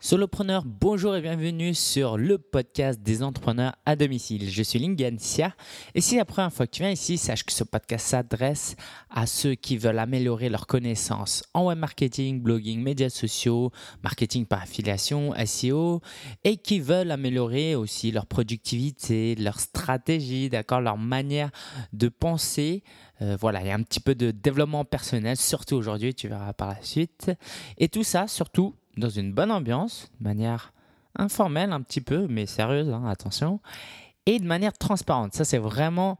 Solopreneur, bonjour et bienvenue sur le podcast des entrepreneurs à domicile. Je suis Lingen Sia et si c'est la première fois que tu viens ici, sache que ce podcast s'adresse à ceux qui veulent améliorer leurs connaissances en web marketing, blogging, médias sociaux, marketing par affiliation, SEO et qui veulent améliorer aussi leur productivité, leur stratégie, leur manière de penser. Voilà, il y a un petit peu de développement personnel, surtout aujourd'hui, tu verras par la suite. Et tout ça, surtout, dans une bonne ambiance, de manière informelle un petit peu, mais sérieuse, attention, et de manière transparente. Ça, c'est vraiment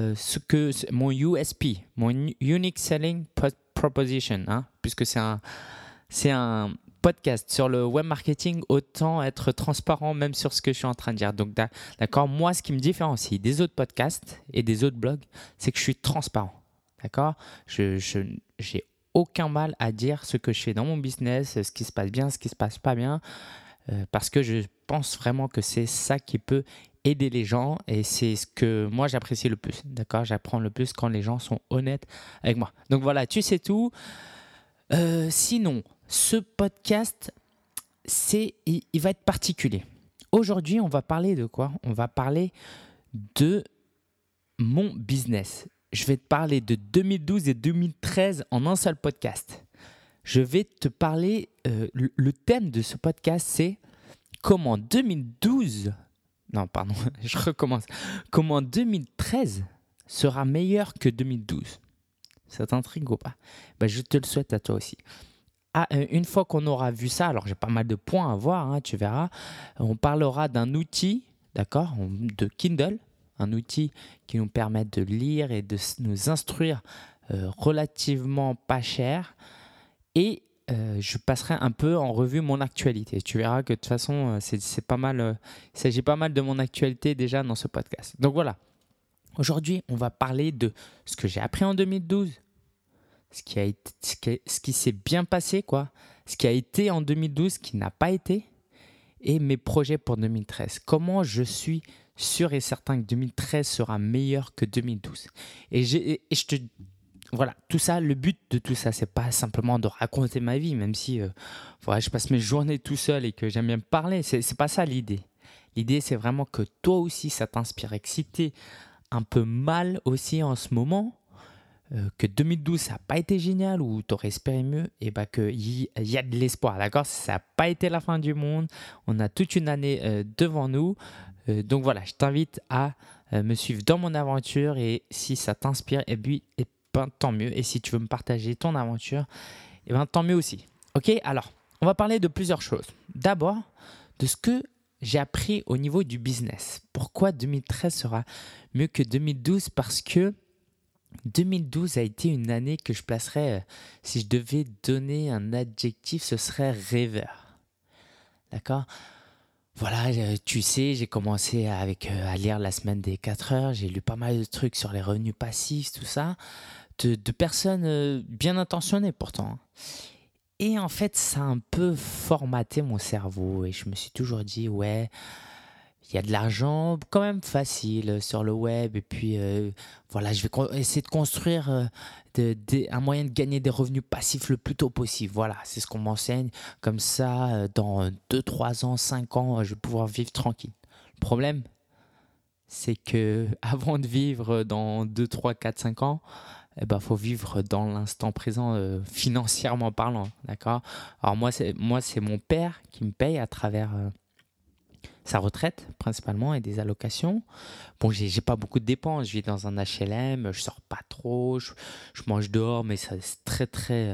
mon USP, mon Unique Selling Proposition, puisque c'est un podcast sur le web marketing, autant être transparent même sur ce que je suis en train de dire. Donc, d'accord, moi, ce qui me différencie des autres podcasts et des autres blogs, c'est que je suis transparent. D'accord, j'ai aucun mal à dire ce que je fais dans mon business, ce qui se passe bien, ce qui se passe pas bien, parce que je pense vraiment que c'est ça qui peut aider les gens et c'est ce que moi j'apprécie le plus. D'accord, j'apprends le plus quand les gens sont honnêtes avec moi. Donc voilà, tu sais tout. Sinon, ce podcast, il va être particulier. Aujourd'hui, on va parler de quoi ? On va parler de mon business. Je vais te parler de 2012 et 2013 en un seul podcast. Je vais te parler, le thème de ce podcast, c'est comment 2012, non pardon, je recommence, comment 2013 sera meilleur que 2012. Ça t'intrigue ou pas ? Je te le souhaite à toi aussi. Une fois qu'on aura vu ça, alors j'ai pas mal de points à voir, tu verras, on parlera d'un outil, d'accord, de Kindle, un outil qui nous permet de lire et de nous instruire relativement pas cher. Et je passerai un peu en revue mon actualité. Tu verras que de toute façon, c'est pas mal, il s'agit pas mal de mon actualité déjà dans ce podcast. Donc voilà, aujourd'hui, on va parler de ce que j'ai appris en 2012, ce qui s'est bien passé, ce qui a été en 2012, ce qui n'a pas été, et mes projets pour 2013. Comment je suis sûr et certain que 2013 sera meilleur que 2012. Voilà, tout ça, le but de tout ça, c'est pas simplement de raconter ma vie, même si je passe mes journées tout seul et que j'aime bien me parler. C'est pas ça l'idée. L'idée, c'est vraiment que toi aussi, ça t'inspire et que si t'es un peu mal aussi en ce moment, que 2012 ça n'a pas été génial ou tu aurais espéré mieux, et qu'il y a de l'espoir, d'accord ? Ça n'a pas été la fin du monde, on a toute une année devant nous, donc voilà, je t'invite à me suivre dans mon aventure et si ça t'inspire, tant mieux, et si tu veux me partager ton aventure, tant mieux aussi. Ok, alors, on va parler de plusieurs choses. D'abord, de ce que j'ai appris au niveau du business. Pourquoi 2013 sera mieux que 2012 ? Parce que 2012 a été une année que je placerais, si je devais donner un adjectif, ce serait rêveur. D'accord ? Voilà, tu sais, j'ai commencé à lire La Semaine des 4 heures, j'ai lu pas mal de trucs sur les revenus passifs, tout ça, de personnes bien intentionnées pourtant. Et en fait, ça a un peu formaté mon cerveau et je me suis toujours dit, ouais, il y a de l'argent quand même facile sur le web et puis je vais essayer de construire un moyen de gagner des revenus passifs le plus tôt possible. Voilà, c'est ce qu'on m'enseigne. Comme ça, dans 2, 3 ans, 5 ans, je vais pouvoir vivre tranquille. Le problème, c'est que avant de vivre dans 2, 3, 4, 5 ans, faut vivre dans l'instant présent financièrement parlant. D'accord ? Alors moi, c'est mon père qui me paye à travers sa retraite principalement et des allocations. Bon, j'ai pas beaucoup de dépenses, je vis dans un HLM, je sors pas trop, je mange dehors, mais ça c'est très très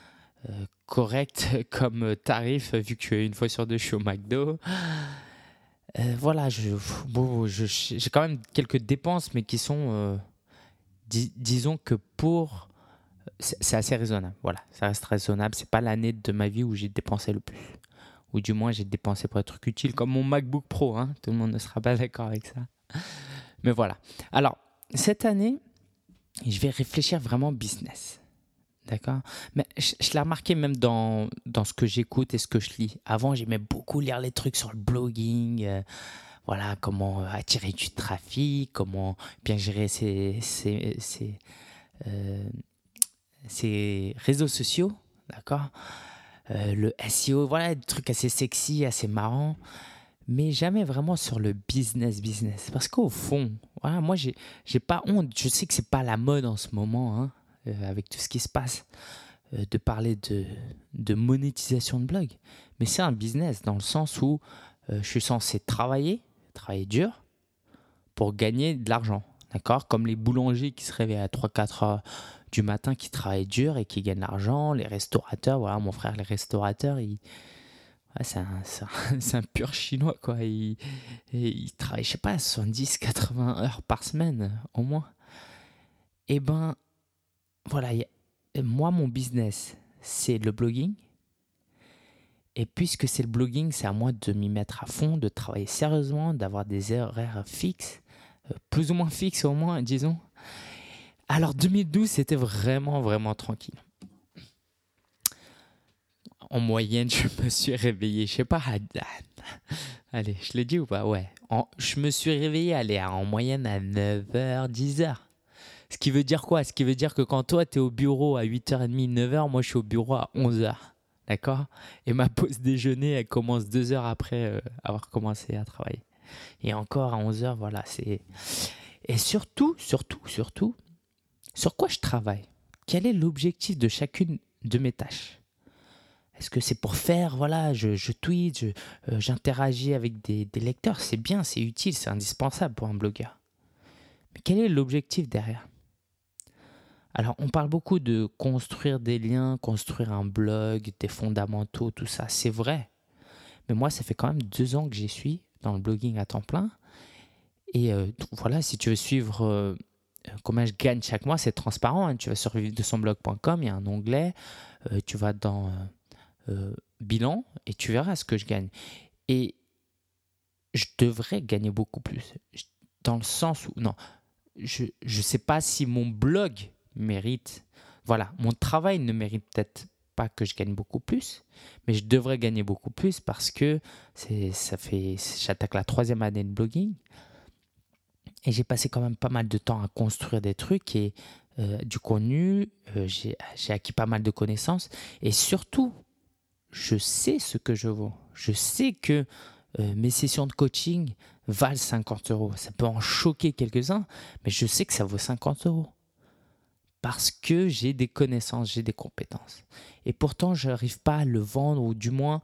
correct comme tarif vu qu'une fois sur deux je suis au McDo. Voilà, j'ai quand même quelques dépenses, mais qui sont, disons que c'est assez raisonnable. Voilà, ça reste raisonnable. C'est pas l'année de ma vie où j'ai dépensé le plus. Ou du moins, j'ai dépensé pour être utile, comme mon MacBook Pro. Tout le monde ne sera pas d'accord avec ça. Mais voilà. Alors, cette année, je vais réfléchir vraiment business. D'accord ? Mais je l'ai remarqué même dans ce que j'écoute et ce que je lis. Avant, j'aimais beaucoup lire les trucs sur le blogging. Voilà, comment attirer du trafic, comment bien gérer ses réseaux sociaux. D'accord ? le SEO, voilà, des trucs assez sexy, assez marrants, mais jamais vraiment sur le business. Parce qu'au fond, voilà, moi, j'ai pas honte. Je sais que c'est pas la mode en ce moment, hein, avec tout ce qui se passe, de parler de monétisation de blog. Mais c'est un business dans le sens où je suis censé travailler dur pour gagner de l'argent. D'accord? Comme les boulangers qui se réveillent à 3-4 heures du matin, qui travaillent dur et qui gagnent de l'argent. Les restaurateurs, voilà, mon frère, les restaurateurs, ouais, c'est un pur chinois, quoi. Il travaille, je sais pas, 70-80 heures par semaine, au moins. Et ben, voilà, moi, mon business, c'est le blogging. Et puisque c'est le blogging, c'est à moi de m'y mettre à fond, de travailler sérieusement, d'avoir des horaires fixes, plus ou moins fixes au moins, disons. Alors 2012, c'était vraiment, vraiment tranquille. En moyenne, je me suis réveillé, je sais pas, allez, je l'ai dit ou pas? Ouais. Je me suis réveillé, allez, en moyenne à 9h, 10h. Ce qui veut dire quoi? Ce qui veut dire que quand toi, tu es au bureau à 8h30, 9h, moi, je suis au bureau à 11h. D'accord? Et ma pause déjeuner, elle commence 2 heures après avoir commencé à travailler. Et encore à 11h, voilà, c'est... Et surtout, sur quoi je travaille? Quel est l'objectif de chacune de mes tâches? Est-ce que c'est pour faire, voilà, je tweet, j'interagis avec des lecteurs? C'est bien, c'est utile, c'est indispensable pour un blogueur. Mais quel est l'objectif derrière? Alors, on parle beaucoup de construire des liens, construire un blog, des fondamentaux, tout ça, c'est vrai. Mais moi, ça fait quand même 2 ans que j'y suis dans le blogging à temps plein. Et voilà, si tu veux suivre combien je gagne chaque mois, c'est transparent, hein. Tu vas sur vivredesonblog.com, il y a un onglet, tu vas dans bilan et tu verras ce que je gagne. Et je devrais gagner beaucoup plus. Dans le sens où, non, je ne sais pas si mon blog mérite, voilà, mon travail ne mérite peut-être pas que je gagne beaucoup plus, mais je devrais gagner beaucoup plus parce que j'attaque la 3e année de blogging et j'ai passé quand même pas mal de temps à construire des trucs et du contenu, j'ai acquis pas mal de connaissances et surtout, je sais ce que je vaux. Je sais que mes sessions de coaching valent 50 euros. Ça peut en choquer quelques-uns, mais je sais que ça vaut 50 euros. Parce que j'ai des connaissances, j'ai des compétences. Et pourtant, je n'arrive pas à le vendre, ou du moins,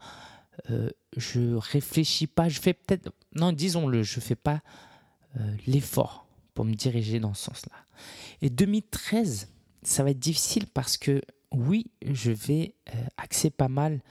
je réfléchis pas. Je fais peut-être, non, disons-le, je ne fais pas l'effort pour me diriger dans ce sens-là. Et 2013, ça va être difficile parce que, oui, je vais axer pas mal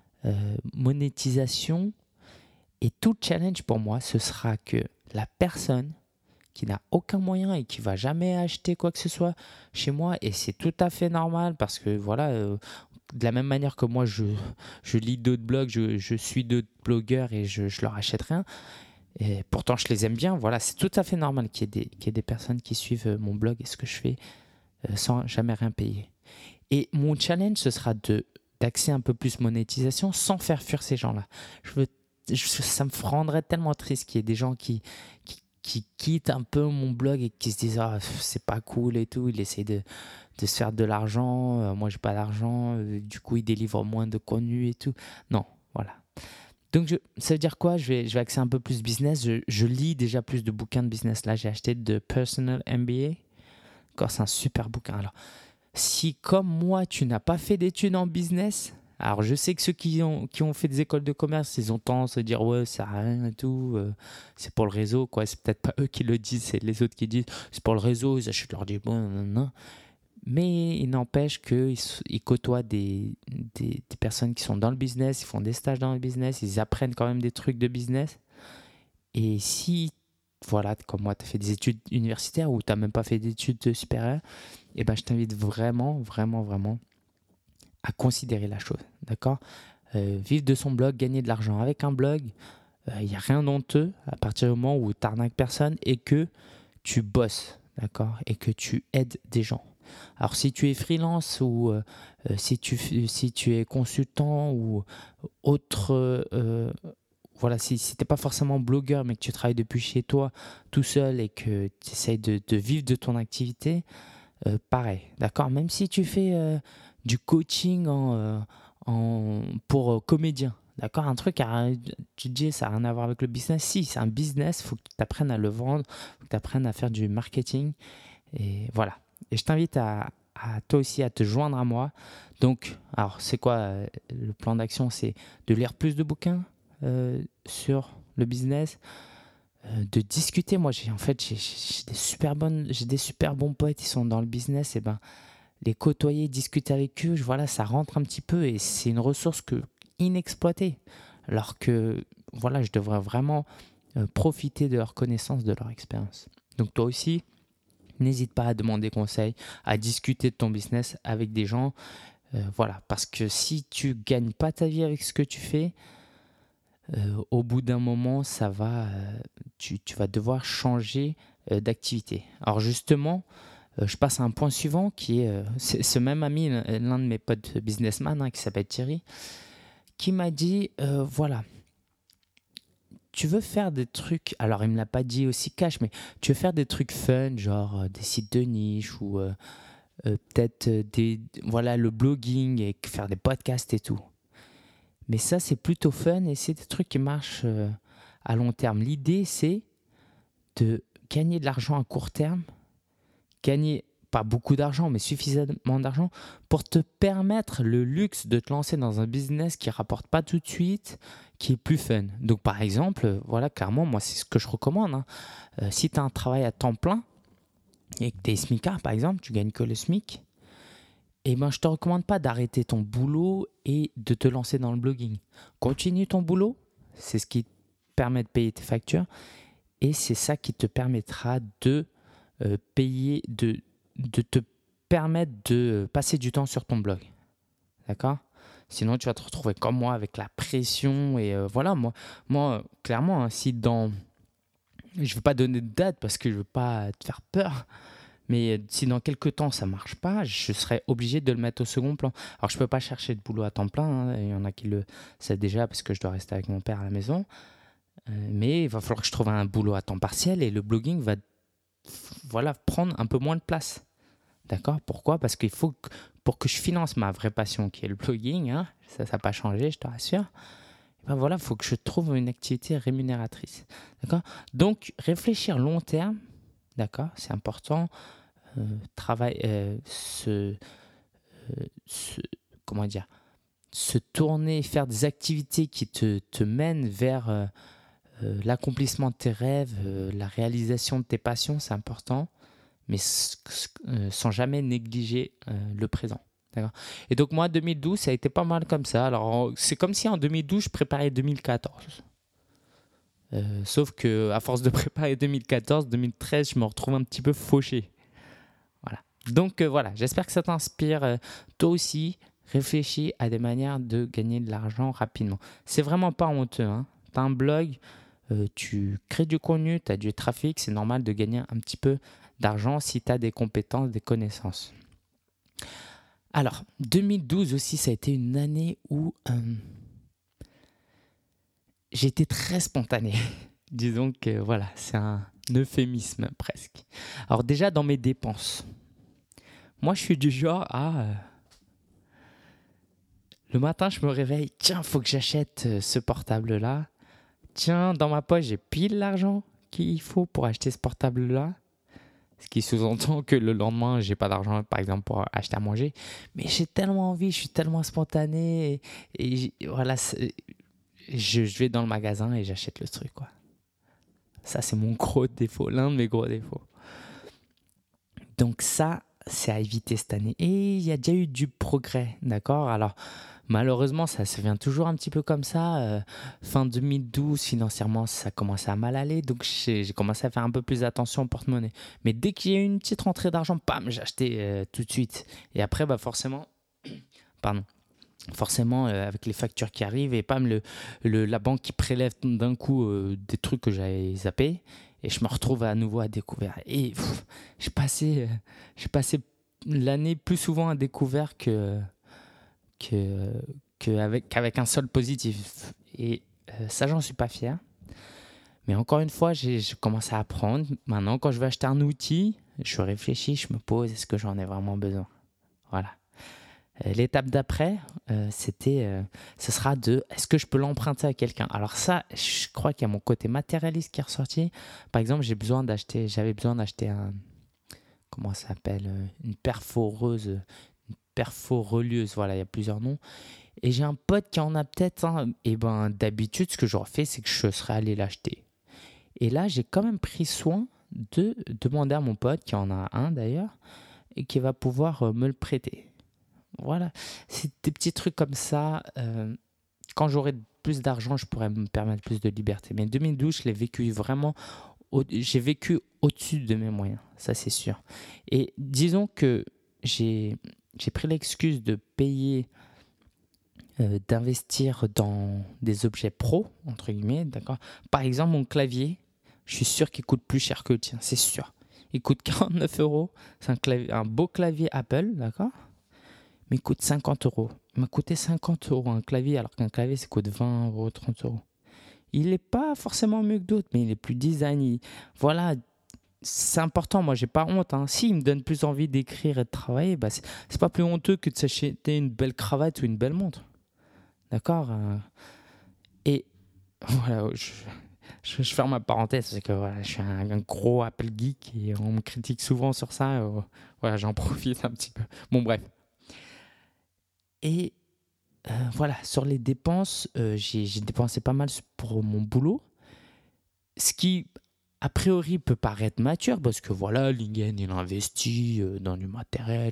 monétisation. Et tout le challenge pour moi, ce sera que la personne qui n'a aucun moyen et qui va jamais acheter quoi que ce soit chez moi, et c'est tout à fait normal parce que voilà, de la même manière que moi je lis d'autres blogs, je suis d'autres blogueurs et je leur achète rien, et pourtant je les aime bien, voilà, c'est tout à fait normal qu'il y ait des personnes qui suivent mon blog et ce que je fais sans jamais rien payer. Et mon challenge, ce sera d'axer un peu plus monétisation sans faire fuir ces gens-là. Ça me rendrait tellement triste qu'il y ait des gens qui quittent un peu mon blog et qui se disent ah, c'est pas cool et tout, il essaie de se faire de l'argent, moi j'ai pas d'argent, du coup il délivre moins de contenu et tout. Non, voilà. Donc ça veut dire quoi? Je vais axer un peu plus business. Je lis déjà plus de bouquins de business. Là j'ai acheté de Personal MBA. Encore, c'est un super bouquin. Alors si comme moi tu n'as pas fait d'études en business, alors je sais que ceux qui ont fait des écoles de commerce, ils ont tendance à dire ouais, ça sert à rien et tout, c'est pour le réseau, quoi. C'est peut-être pas eux qui le disent, c'est les autres qui disent c'est pour le réseau, ils achètent leur diplôme, non. Mais il n'empêche qu'ils côtoient des personnes qui sont dans le business, ils font des stages dans le business, ils apprennent quand même des trucs de business. Et si, voilà, comme moi, tu as fait des études universitaires ou tu n'as même pas fait d'études supérieures, eh ben, je t'invite vraiment, vraiment, vraiment à considérer la chose, d'accord? Vivre de son blog, gagner de l'argent avec un blog, il n'y a rien d'honteux à partir du moment où tu n'arnaques personne et que tu bosses, d'accord? Et que tu aides des gens. Alors si tu es freelance ou si tu es consultant ou autre, voilà, si tu n'es pas forcément blogueur mais que tu travailles depuis chez toi tout seul et que tu essayes de vivre de ton activité, pareil, d'accord? Même si tu fais du coaching pour comédien. D'accord? Un truc, tu te dis, ça n'a rien à voir avec le business. Si, c'est un business, il faut que tu apprennes à le vendre, il faut que tu apprennes à faire du marketing. Et voilà. Et je t'invite à toi aussi à te joindre à moi. Donc, alors, c'est quoi le plan d'action? C'est de lire plus de bouquins sur le business, de discuter. Moi, j'ai des super bons potes qui sont dans le business. Et ben, les côtoyer, discuter avec eux, voilà, ça rentre un petit peu et c'est une ressource inexploitée. Alors que, voilà, je devrais vraiment profiter de leur connaissance, de leur expérience. Donc, toi aussi, n'hésite pas à demander conseil, à discuter de ton business avec des gens. Voilà, parce que si tu gagnes pas ta vie avec ce que tu fais, au bout d'un moment, tu vas devoir changer d'activité. Alors justement, je passe à un point suivant qui est ce même ami, l'un de mes potes businessman qui s'appelle Thierry, qui m'a dit voilà, tu veux faire des trucs, alors il me l'a pas dit aussi cash, mais tu veux faire des trucs fun, genre des sites de niche ou peut-être voilà, le blogging et faire des podcasts et tout. Mais ça, c'est plutôt fun et c'est des trucs qui marchent à long terme. L'idée, c'est de gagner de l'argent à court terme, gagner pas beaucoup d'argent, mais suffisamment d'argent pour te permettre le luxe de te lancer dans un business qui rapporte pas tout de suite, qui est plus fun. Donc, par exemple, voilà, clairement, moi, c'est ce que je recommande. Si tu as un travail à temps plein et que tu es smicard, par exemple, tu gagnes que le SMIC, eh ben, je ne te recommande pas d'arrêter ton boulot et de te lancer dans le blogging. Continue ton boulot, c'est ce qui te permet de payer tes factures et c'est ça qui te permettra de te permettre de passer du temps sur ton blog. D'accord? Sinon, tu vas te retrouver comme moi avec la pression et voilà, moi clairement, si je ne vais pas donner de date parce que je ne veux pas te faire peur, mais si dans quelques temps ça marche pas, je serai obligé de le mettre au second plan. Alors je peux pas chercher de boulot à temps plein, il y en a qui le savent déjà parce que je dois rester avec mon père à la maison. Mais il va falloir que je trouve un boulot à temps partiel et le blogging va prendre un peu moins de place. D'accord? Pourquoi? Parce qu'il faut pour que je finance ma vraie passion qui est le blogging, ça n'a pas changé, je te rassure. Il faut que je trouve une activité rémunératrice. D'accord? Donc réfléchir long terme, d'accord, c'est important. Comment dire, se tourner, faire des activités qui te mènent vers l'accomplissement de tes rêves, la réalisation de tes passions, c'est important, mais sans jamais négliger le présent. D'accord. Et donc moi, 2012, ça a été pas mal comme ça. Alors c'est comme si en 2012, je préparais 2014. Sauf que à force de préparer 2014, 2013, je me retrouve un petit peu fauché. Voilà. Donc voilà, j'espère que ça t'inspire. Toi aussi, réfléchis à des manières de gagner de l'argent rapidement. C'est vraiment pas honteux. Tu as un blog, tu crées du contenu, tu as du trafic, c'est normal de gagner un petit peu d'argent si tu as des compétences, des connaissances. Alors, 2012 aussi, ça a été une année où j'ai été très spontané. Disons que voilà, c'est un euphémisme presque. Alors déjà, dans mes dépenses, moi, je suis du genre à... le matin, je me réveille, tiens, faut que j'achète ce portable-là. Tiens, dans ma poche, j'ai pile l'argent qu'il faut pour acheter ce portable-là. Ce qui sous-entend que le lendemain, j'ai pas d'argent, par exemple, pour acheter à manger. Mais j'ai tellement envie, je suis tellement spontané. Et voilà, je vais dans le magasin et j'achète le truc, quoi. Ça, c'est mon gros défaut, l'un de mes gros défauts. Donc ça, c'est à éviter cette année. Et il y a déjà eu du progrès, d'accord? Alors, malheureusement, ça se vient toujours un petit peu comme ça. Fin 2012, financièrement, ça commençait à mal aller. Donc, j'ai commencé à faire un peu plus attention au porte-monnaie. Mais dès qu'il y a eu une petite rentrée d'argent, bam, j'ai acheté tout de suite. Et après, forcément... Forcément, avec les factures qui arrivent et pam, la banque qui prélève d'un coup des trucs que j'avais zappés et je me retrouve à nouveau à découvert. Et j'ai passé l'année plus souvent à découvert qu'avec un solde positif. Et ça, j'en suis pas fier. Mais encore une fois, j'ai commencé à apprendre. Maintenant, quand je vais acheter un outil, je réfléchis, je me pose, est-ce que j'en ai vraiment besoin? Voilà. L'étape d'après, ce sera est-ce que je peux l'emprunter à quelqu'un? Alors ça, je crois qu'il y a mon côté matérialiste qui est ressorti. Par exemple, j'avais besoin d'acheter comment ça s'appelle? Une perforeuse, une perforelieuse, voilà, il y a plusieurs noms. Et j'ai un pote qui en a peut-être un. Et ben d'habitude, ce que j'aurais fait, c'est que je serais allé l'acheter. Et là, j'ai quand même pris soin de demander à mon pote, qui en a un d'ailleurs, et qui va pouvoir me le prêter. Voilà, c'est des petits trucs comme ça. Quand j'aurai plus d'argent, je pourrais me permettre plus de liberté. Mais 2012, je l'ai vécu vraiment. J'ai vécu au-dessus de mes moyens, ça c'est sûr. Et disons que j'ai pris l'excuse de payer, d'investir dans des objets pro, entre guillemets, d'accord. Par exemple, mon clavier, je suis sûr qu'il coûte plus cher que le tien, c'est sûr. Il coûte 49 euros. C'est un beau clavier Apple, d'accord, mais il coûte 50 euros. Il m'a coûté 50 euros un clavier, alors qu'un clavier, ça coûte 20 euros, 30 euros. Il n'est pas forcément mieux que d'autres, mais il est plus design. Voilà, c'est important. Moi, j'ai pas honte. Si il me donne plus envie d'écrire et de travailler, bah, c'est pas plus honteux que de s'acheter une belle cravate ou une belle montre. D'accord. Et voilà, je ferme ma parenthèse parce que voilà, je suis un gros Apple geek et on me critique souvent sur ça. Voilà, j'en profite un petit peu. Bon, bref. Et voilà, sur les dépenses, j'ai dépensé pas mal pour mon boulot. Ce qui, a priori, peut paraître mature parce que voilà, Lingen, il investit dans du matériel,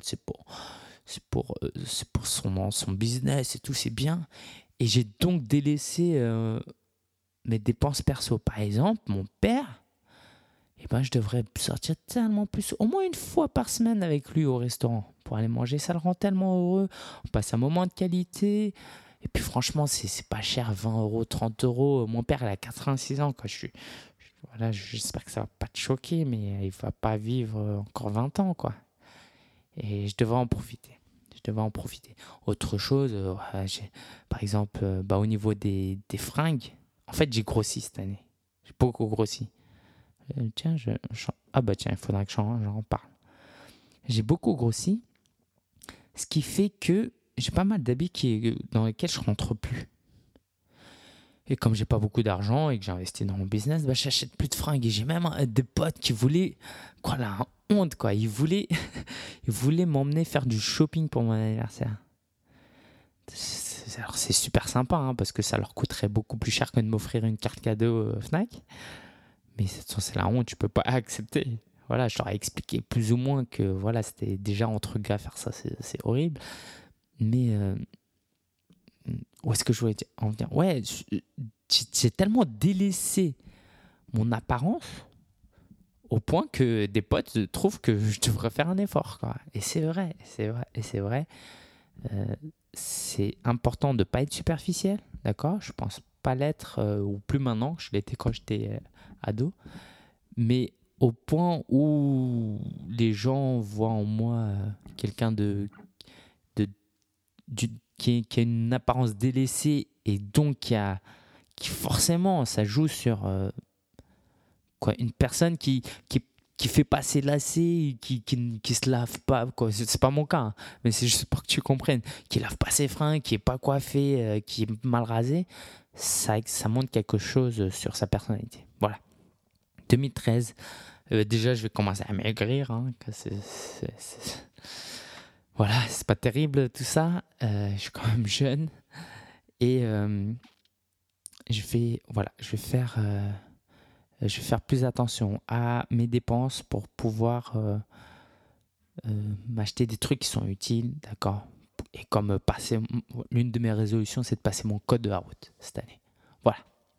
c'est pour son business et tout, c'est bien. Et j'ai donc délaissé mes dépenses perso. Par exemple, mon père, eh ben, je devrais sortir tellement plus, au moins une fois par semaine avec lui au restaurant pour aller manger. Ça le rend tellement heureux. On passe un moment de qualité. Et puis franchement, c'est pas cher, 20 euros, 30 euros. Mon père, il a 86 ans. Quoi. Voilà, j'espère que ça va pas te choquer, mais il va pas vivre encore 20 ans. Quoi. Et je devrais en profiter. Autre chose, par exemple, au niveau des fringues, en fait, j'ai grossi cette année. J'ai beaucoup grossi. Tiens, tiens, il faudra que j'en parle. J'ai beaucoup grossi, ce qui fait que j'ai pas mal d'habits dans lesquels je rentre plus. Et comme j'ai pas beaucoup d'argent et que j'ai investi dans mon business, j'achète plus de fringues. Et j'ai même des potes qui voulaient, quoi, la honte, quoi. Ils voulaient m'emmener faire du shopping pour mon anniversaire. Alors c'est super sympa, parce que ça leur coûterait beaucoup plus cher que de m'offrir une carte cadeau Fnac. Mais c'est la honte, tu peux pas accepter. Voilà, je leur ai expliqué plus ou moins que voilà, c'était déjà entre gars faire ça, c'est horrible. Mais où est-ce que je voulais en venir? Ouais, j'ai tellement délaissé mon apparence au point que des potes trouvent que je devrais faire un effort, quoi. Et c'est vrai. C'est important de ne pas être superficiel, d'accord? Je pense pas l'être, ou plus maintenant, je l'étais quand j'étais ado. Mais au point où les gens voient en moi quelqu'un qui a une apparence délaissée et donc qui forcément, ça joue sur une personne qui fait pas ses lacets, qui se lave pas, quoi. C'est pas mon cas, mais c'est juste pour que tu comprennes, qui lave pas ses fringues, qui est pas coiffé, qui est mal rasé, ça montre quelque chose sur sa personnalité. Voilà. 2013, déjà je vais commencer à maigrir, voilà, c'est pas terrible tout ça, je suis quand même jeune et je vais faire plus attention à mes dépenses pour pouvoir m'acheter des trucs qui sont utiles, d'accord. Et comme l'une de mes résolutions, c'est de passer mon code de la route cette année. Voilà.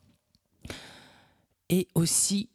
Et aussi,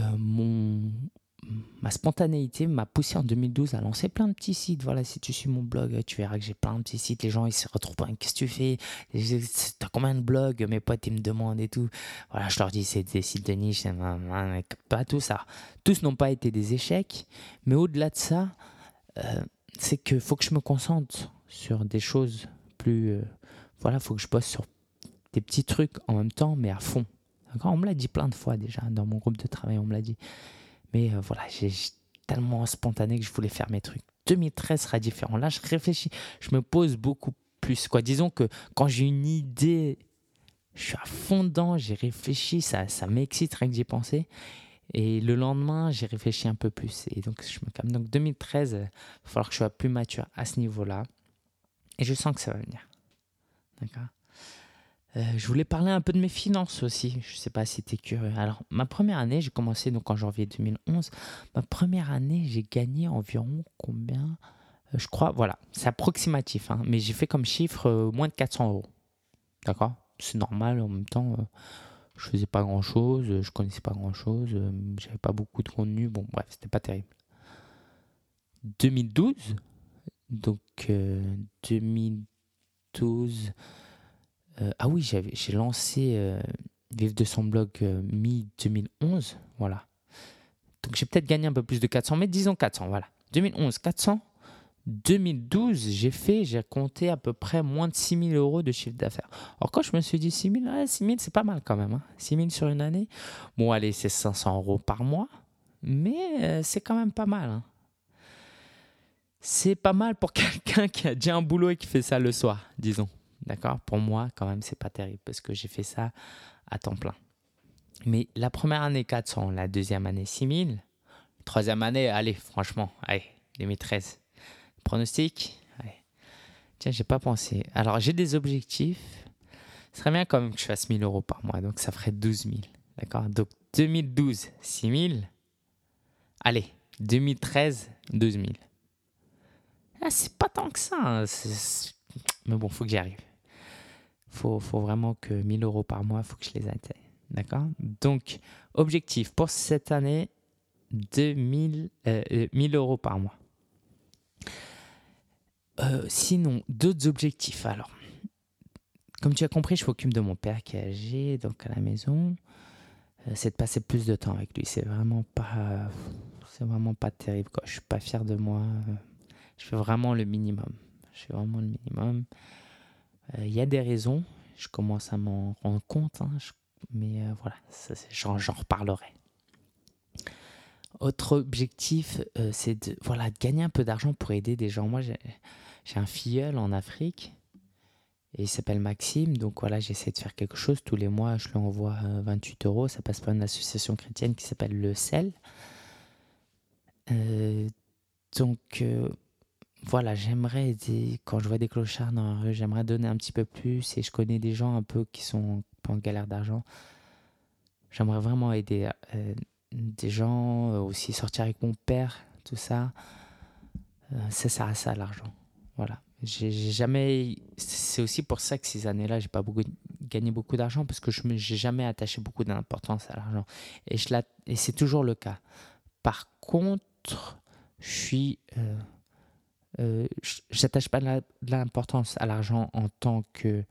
ma spontanéité m'a poussé en 2012 à lancer plein de petits sites. Voilà, si tu suis mon blog, tu verras que j'ai plein de petits sites. Les gens, ils se retrouvent pas. Qu'est-ce que tu fais? T'as combien de blogs? Mes potes, ils me demandent et tout. Voilà, je leur dis, c'est des sites de niche. Pas tout ça. Tous n'ont pas été des échecs. Mais au-delà de ça, c'est qu'il faut que je me concentre sur des choses plus... voilà, il faut que je bosse sur des petits trucs en même temps, mais à fond. D'accord, on me l'a dit plein de fois déjà. Dans mon groupe de travail, on me l'a dit. Mais voilà, j'ai tellement spontané que je voulais faire mes trucs 2013 sera différent. Là, je réfléchis, je me pose beaucoup plus, quoi. Disons que quand j'ai une idée, je suis à fond dedans, j'ai réfléchi, ça m'excite rien que d'y penser. Et le lendemain, j'ai réfléchi un peu plus. Et donc, je me calme. Donc, 2013, il va falloir que je sois plus mature à ce niveau-là. Et je sens que ça va venir. D'accord. Je voulais parler un peu de mes finances aussi. Je ne sais pas si tu es curieux. Alors, ma première année, j'ai commencé donc en janvier 2011. Ma première année, j'ai gagné environ combien je crois, voilà, c'est approximatif. Hein, mais j'ai fait comme chiffre moins de 400 euros. D'accord. C'est normal. En même temps, je faisais pas grand-chose. Je connaissais pas grand-chose. J'avais pas beaucoup de contenu. Bon, bref, c'était pas terrible. 2012. Donc, 2012. Ah oui, j'ai lancé Vivre de son blog mi-2011. Voilà. Donc j'ai peut-être gagné un peu plus de 400, mais disons 400. Voilà. 2011, 400. 2012, j'ai compté à peu près moins de 6 000 euros de chiffre d'affaires. Alors quand je me suis dit 6 000, 6 000 c'est pas mal quand même. Hein. 6 000 sur une année. Bon, allez, c'est 500 euros par mois. Mais c'est quand même pas mal. Hein. C'est pas mal pour quelqu'un qui a déjà un boulot et qui fait ça le soir, disons. D'accord. Pour moi, quand même, c'est pas terrible parce que j'ai fait ça à temps plein. Mais la première année, 400. La deuxième année, 6 000. Troisième année, allez, franchement, allez, 2013. Pronostic. Allez. Tiens, j'ai pas pensé. Alors, j'ai des objectifs. Ce serait bien quand même que je fasse 1 000 euros par mois. Donc, ça ferait 12 000. D'accord. Donc, 2012, 6 000. Allez, 2013, 12 000. Ah, c'est pas tant que ça. Hein. Mais bon, faut que j'y arrive. Faut vraiment que 1 000 euros par mois, faut que je les atteigne. D'accord. Donc, objectif pour cette année, 1 000 euros par mois. Sinon, d'autres objectifs. Alors, comme tu as compris, je m'occupe de mon père qui est âgé, donc à la maison. C'est de passer plus de temps avec lui. C'est vraiment pas terrible, quoi. Je suis pas fier de moi. Je fais vraiment le minimum. Il y a des raisons. Je commence à m'en rendre compte, hein, mais voilà, j'en reparlerai. Autre objectif, c'est de gagner un peu d'argent pour aider des gens. Moi, j'ai un filleul en Afrique et il s'appelle Maxime. Donc voilà, j'essaie de faire quelque chose. Tous les mois, je lui envoie 28 euros. Ça passe par une association chrétienne qui s'appelle Le Sel. Voilà, j'aimerais aider. Quand je vois des clochards dans la rue, j'aimerais donner un petit peu plus. Et je connais des gens un peu qui sont en galère d'argent. J'aimerais vraiment aider des gens, aussi sortir avec mon père, tout ça. Ça sert à ça, l'argent. Voilà. J'ai jamais. C'est aussi pour ça que ces années-là, j'ai pas gagné beaucoup d'argent parce que j'ai jamais attaché beaucoup d'importance à l'argent. Et c'est toujours le cas. Par contre, j'attache pas de l'importance à l'argent en tant que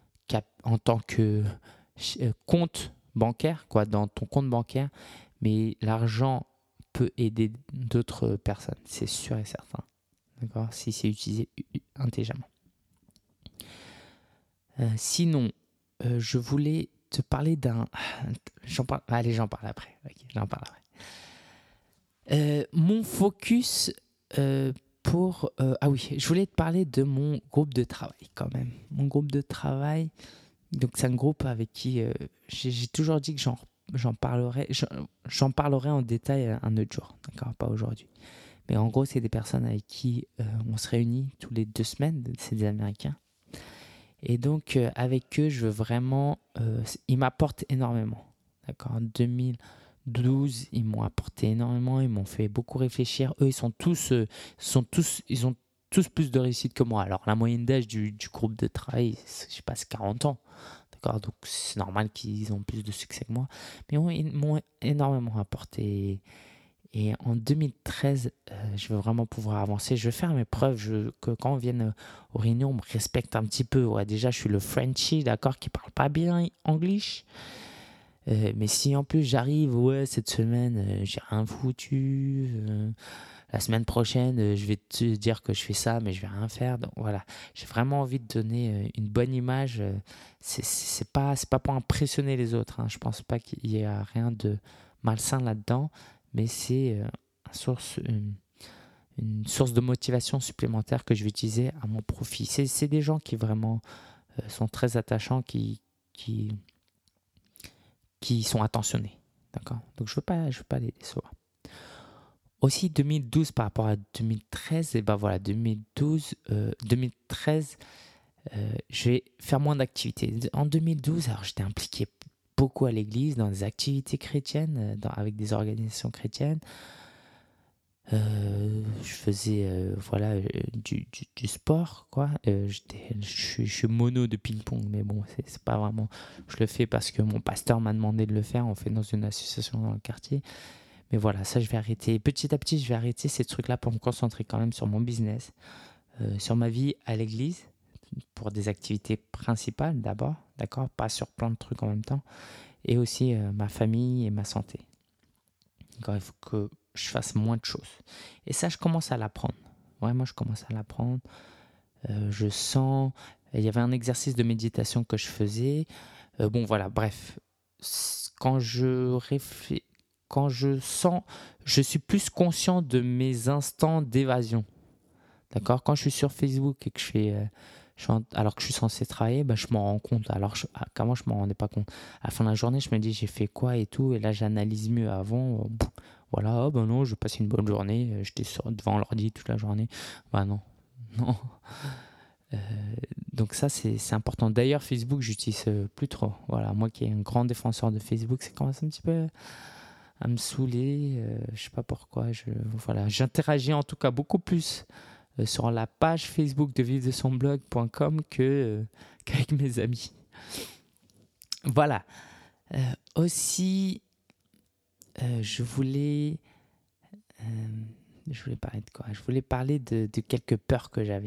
compte bancaire, quoi, dans ton compte bancaire, mais l'argent peut aider d'autres personnes, c'est sûr et certain. D'accord, si c'est utilisé intelligemment. Sinon, je voulais te parler d'un. J'en parle après. Okay, j'en parle après. Mon focus ah oui, je voulais te parler de mon groupe de travail quand même. Mon groupe de travail, donc c'est un groupe avec qui j'ai toujours dit que j'en parlerai en détail un autre jour, d'accord, pas aujourd'hui. Mais en gros, c'est des personnes avec qui on se réunit tous les 2 semaines, c'est des Américains. Et donc, avec eux, je veux vraiment... ils m'apportent énormément. D'accord. En 2012, ils m'ont apporté énormément, ils m'ont fait beaucoup réfléchir. Eux, ils ont tous plus de réussite que moi. Alors, la moyenne d'âge du groupe de travail, je sais pas, c'est 40 ans. D'accord. Donc, c'est normal qu'ils ont plus de succès que moi. Mais ils m'ont énormément apporté. Et en 2013, je veux vraiment pouvoir avancer. Je veux faire mes preuves. Que quand on vienne aux réunions, on me respecte un petit peu. Ouais, déjà, je suis le Frenchie, d'accord, qui parle pas bien anglais. Mais si en plus j'arrive, cette semaine, j'ai rien foutu. La semaine prochaine, je vais te dire que je fais ça, mais je vais rien faire. Donc voilà, j'ai vraiment envie de donner une bonne image. C'est pas pour impressionner les autres. Hein. Je pense pas qu'il y a rien de malsain là-dedans. Mais c'est une source de motivation supplémentaire que je vais utiliser à mon profit. C'est des gens qui vraiment sont très attachants, qui sont attentionnés. D'accord ? Donc je veux pas les décevoir. Aussi 2012 par rapport à 2013, et ben voilà, 2013, je vais faire moins d'activités. En 2012, alors j'étais impliqué beaucoup à l'église, dans des activités chrétiennes, avec des organisations chrétiennes. Je faisais du sport, quoi. Je suis mono de ping-pong, mais bon, c'est pas vraiment. Je le fais parce que mon pasteur m'a demandé de le faire. On fait dans une association dans le quartier. Mais voilà, ça je vais arrêter. Petit à petit, je vais arrêter ces trucs-là pour me concentrer quand même sur mon business, sur ma vie à l'église, pour des activités principales d'abord, d'accord, pas sur plein de trucs en même temps, et aussi ma famille et ma santé. D'accord, il faut que je fasse moins de choses. Et ça, je commence à l'apprendre. Vraiment, je commence à l'apprendre. Je sens... Il y avait un exercice de méditation que je faisais. Bon, voilà, bref. Quand je sens... Je suis plus conscient de mes instants d'évasion. D'accord ? Quand je suis sur Facebook et que alors que je suis censé travailler, je m'en rends compte. Alors qu'avant, je ne m'en rendais pas compte. À la fin de la journée, je me dis, j'ai fait quoi et tout. Et là, j'analyse mieux. Avant, voilà, non, je passais une bonne journée. J'étais devant l'ordi toute la journée. Non, non. Donc ça, c'est important. D'ailleurs, Facebook, j'utilise plus trop. Voilà, moi qui est un grand défenseur de Facebook, ça commence un petit peu à me saouler. Je sais pas pourquoi. J'interagis en tout cas beaucoup plus sur la page Facebook de vivre-de-son-blog.com qu'avec mes amis. Voilà. Aussi, je voulais parler de quoi ? Je voulais parler de quelques peurs que j'avais.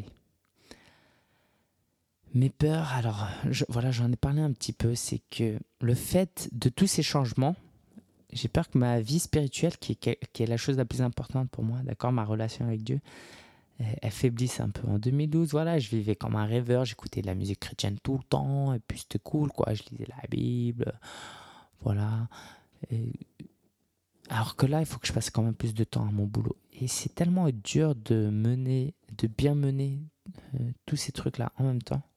Mes peurs, alors, j'en ai parlé un petit peu, c'est que le fait de tous ces changements, j'ai peur que ma vie spirituelle, qui est la chose la plus importante pour moi, d'accord, ma relation avec Dieu, elle faiblisse un peu. En 2012, voilà, je vivais comme un rêveur, j'écoutais de la musique chrétienne tout le temps, et puis c'était cool, quoi, je lisais la Bible, voilà. Alors que là, il faut que je passe quand même plus de temps à mon boulot. Et c'est tellement dur de bien mener tous ces trucs-là en même temps.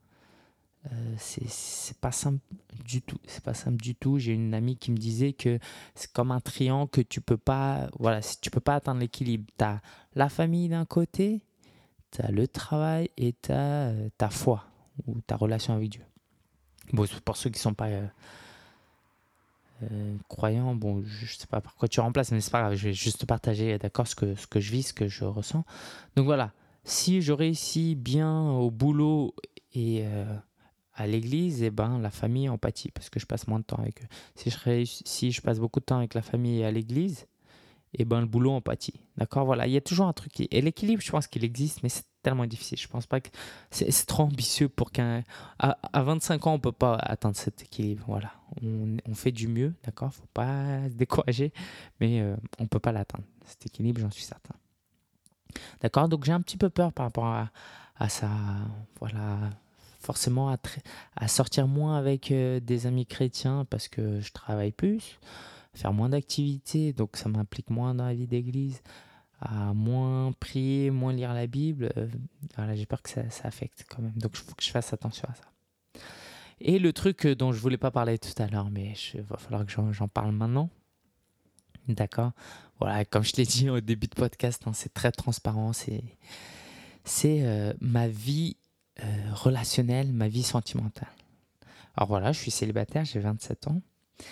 C'est pas simple du tout. C'est pas simple du tout. J'ai une amie qui me disait que c'est comme un triangle que tu peux pas, voilà, tu peux pas atteindre l'équilibre. T'as la famille d'un côté, t'as le travail et t'as ta foi ou ta relation avec Dieu. Bon, pour ceux qui sont pas croyants, bon, je sais pas par quoi tu remplaces, mais c'est pas grave. Je vais juste partager, d'accord, ce que je vis, ce que je ressens. Donc voilà. Si je réussis bien au boulot et à l'église, la famille en pâtit parce que je passe moins de temps avec eux. Si je passe beaucoup de temps avec la famille et à l'église, le boulot en pâtit. D'accord ? Voilà, il y a toujours un truc. Et l'équilibre, je pense qu'il existe, mais c'est tellement difficile. Je pense pas que c'est trop ambitieux pour qu'à 25 ans, on peut pas atteindre cet équilibre. Voilà, on fait du mieux, d'accord ? Faut pas se décourager, mais on peut pas l'atteindre. Cet équilibre, j'en suis certain. D'accord ? Donc j'ai un petit peu peur par rapport à ça. Voilà. Forcément à sortir moins avec des amis chrétiens parce que je travaille plus, faire moins d'activités, donc ça m'implique moins dans la vie d'église, à moins prier, moins lire la Bible. Voilà, j'ai peur que ça affecte quand même, donc il faut que je fasse attention à ça. Et le truc dont je voulais pas parler tout à l'heure, mais il va falloir que j'en parle maintenant. D'accord ? Voilà, comme je l'ai dit au début de podcast, c'est très transparent, c'est ma vie relationnelle, ma vie sentimentale. Alors voilà, je suis célibataire, j'ai 27 ans.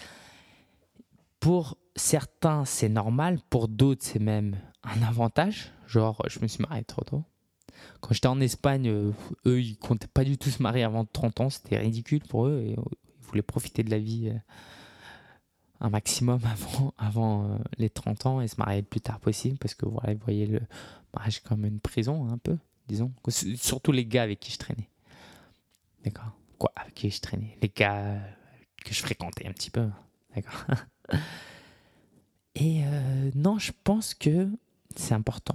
Pour certains, c'est normal. Pour d'autres, c'est même un avantage. Genre, je me suis marié trop tôt. Quand j'étais en Espagne, eux, ils comptaient pas du tout se marier avant 30 ans. C'était ridicule pour eux. Et, ils voulaient profiter de la vie un maximum avant les 30 ans et se marier le plus tard possible. Parce que voilà, ils voyaient le mariage comme une prison, un peu, disons. Surtout les gars avec qui je traînais. D'accord ? Quoi, avec qui je traînais ? Les gars que je fréquentais un petit peu. D'accord ? Et non, je pense que c'est important.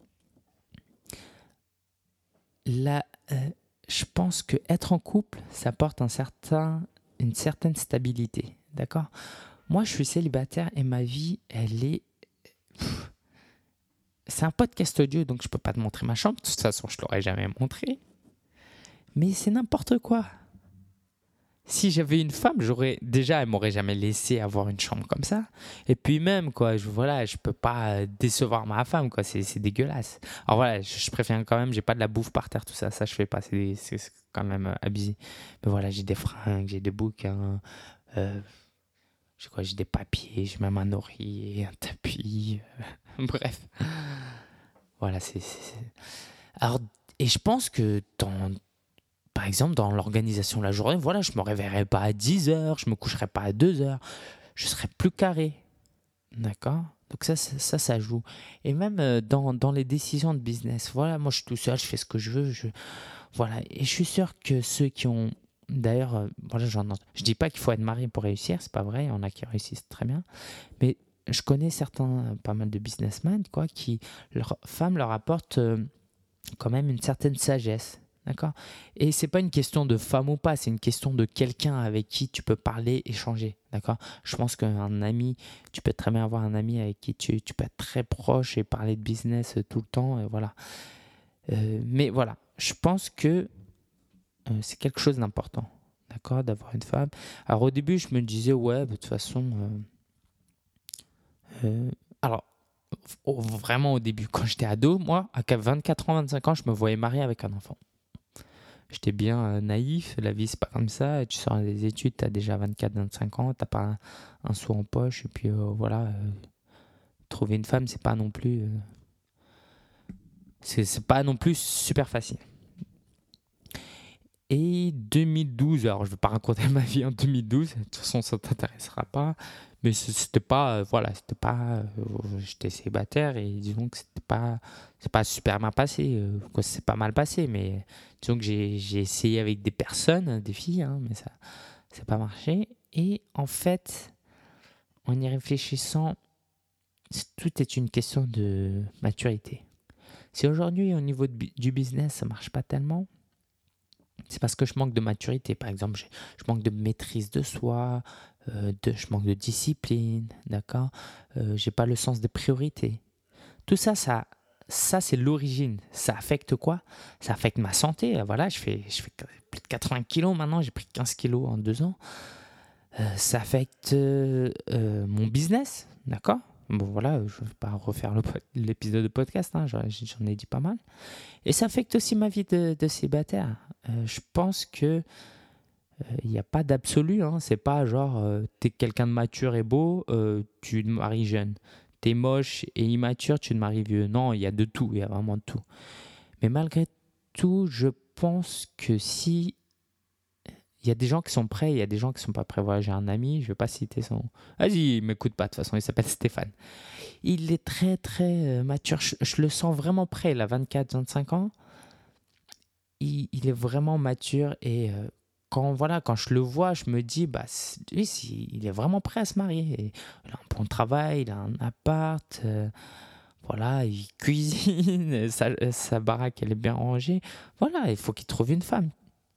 Je pense que être en couple, ça apporte une certaine stabilité. D'accord ? Moi, je suis célibataire et ma vie, elle est... c'est un podcast audio, donc je peux pas te montrer ma chambre. De toute façon, je l'aurais jamais montré. Mais c'est n'importe quoi. Si j'avais une femme, elle m'aurait jamais laissé avoir une chambre comme ça. Et puis même, quoi, je peux pas décevoir ma femme, quoi. C'est dégueulasse. Alors voilà, je préfère quand même, j'ai pas de la bouffe par terre, tout ça. Ça, je fais pas. C'est quand même abusé. Mais voilà, j'ai des fringues, j'ai des bouquins. euh, j'ai des papiers, j'ai même un oreiller, un tapis. Bref. Voilà, Alors, et je pense que par exemple, dans l'organisation de la journée, voilà, je me réveillerai pas à 10 heures, je me coucherai pas à 2 heures, je serai plus carré. D'accord? Donc ça joue. Et même dans les décisions de business, voilà, moi je suis tout seul, je fais ce que je veux. Voilà. Et je suis sûr que ceux qui ont. D'ailleurs, voilà, je dis pas qu'il faut être marié pour réussir, c'est pas vrai, il y en a qui réussissent très bien. Mais je connais pas mal de businessmen, quoi, qui, leur femme leur apporte quand même une certaine sagesse. D'accord? Et c'est pas une question de femme ou pas, c'est une question de quelqu'un avec qui tu peux parler, échanger. D'accord? Je pense qu'un ami, tu peux très bien avoir un ami avec qui tu peux être très proche et parler de business tout le temps. Et voilà. Mais voilà, je pense que c'est quelque chose d'important. D'accord? D'avoir une femme. Alors au début, je me disais, ouais, de toute façon. Alors, vraiment au début, quand j'étais ado, moi, à 24 ans, 25 ans, je me voyais marié avec un enfant. J'étais bien naïf, la vie c'est pas comme ça, tu sors des études, tu as déjà 24-25 ans, t'as pas un sou en poche, et puis voilà, trouver une femme c'est pas non plus c'est pas non plus super facile. Et 2012, alors je vais pas raconter ma vie en 2012, de toute façon ça t'intéressera pas, mais c'était pas, j'étais célibataire et disons que c'est pas super mal passé, quoi, c'est pas mal passé, mais disons que j'ai essayé avec des personnes, des filles, hein, mais ça n'a pas marché. Et en fait, en y réfléchissant, tout est une question de maturité. Si aujourd'hui au niveau du business ça marche pas tellement, c'est parce que je manque de maturité. Par exemple, je manque de maîtrise de soi, je manque de discipline, d'accord. J'ai pas le sens des priorités. Tout ça c'est l'origine. Ça affecte quoi? Ça affecte ma santé. Voilà, je fais plus de 80 kilos maintenant, j'ai pris 15 kilos en 2 ans. Ça affecte mon business, d'accord. Bon voilà, je ne vais pas refaire l'épisode de podcast, hein, j'en ai dit pas mal. Et ça affecte aussi ma vie de célibataire. Je pense que il n'y a pas d'absolu. Hein. C'est pas genre, t'es quelqu'un de mature et beau, tu te maries jeune. T'es moche et immature, tu te maries vieux. Non, il y a de tout, il y a vraiment de tout. Mais malgré tout, je pense que si il y a des gens qui sont prêts, il y a des gens qui sont pas prêts. Voilà, j'ai un ami, je vais pas citer son. Vas-y, il m'écoute pas de toute façon, il s'appelle Stéphane. Il est très très mature, je le sens vraiment prêt, il a 24-25 ans. Il est vraiment mature et quand je le vois, je me dis, bah, lui, il est vraiment prêt à se marier. Et il a un bon travail, il a un appart, voilà, il cuisine, sa baraque, elle est bien rangée. Voilà, il faut qu'il trouve une femme.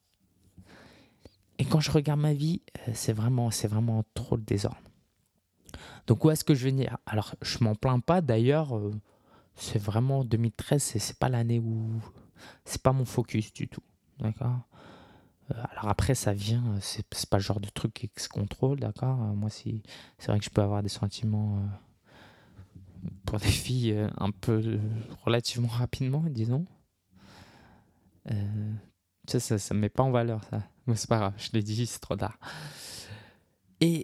Et quand je regarde ma vie, c'est vraiment trop le désordre. Donc où est-ce que je vais venir? Alors, je m'en plains pas. D'ailleurs, c'est vraiment 2013, c'est pas l'année où... C'est pas mon focus du tout. D'accord? Alors après, ça vient, c'est pas le genre de truc qui se contrôle, d'accord. Moi, c'est vrai que je peux avoir des sentiments pour des filles un peu relativement rapidement, disons. Ça me met pas en valeur, ça. Mais c'est pas grave, je l'ai dit, c'est trop tard. Et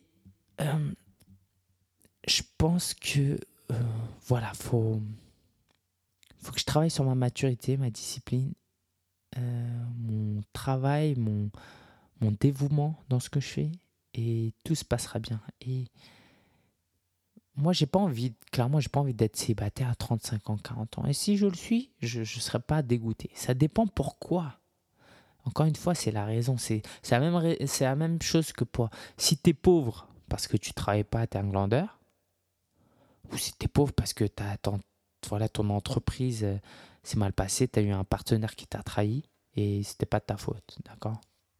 je pense que, voilà, faut que je travaille sur ma maturité, ma discipline, mon travail, mon dévouement dans ce que je fais, et tout se passera bien. Et moi, clairement, j'ai pas envie d'être célibataire à 35 ans, 40 ans. Et si je le suis, je ne serai pas dégoûté. Ça dépend pourquoi. Encore une fois, c'est la raison. C'est la même chose que pour... Si tu es pauvre parce que tu travailles pas, tu es un glandeur, ou si tu es pauvre parce que ton entreprise s'est mal passée, tu as eu un partenaire qui t'a trahi, et c'était pas de ta faute, d'accord.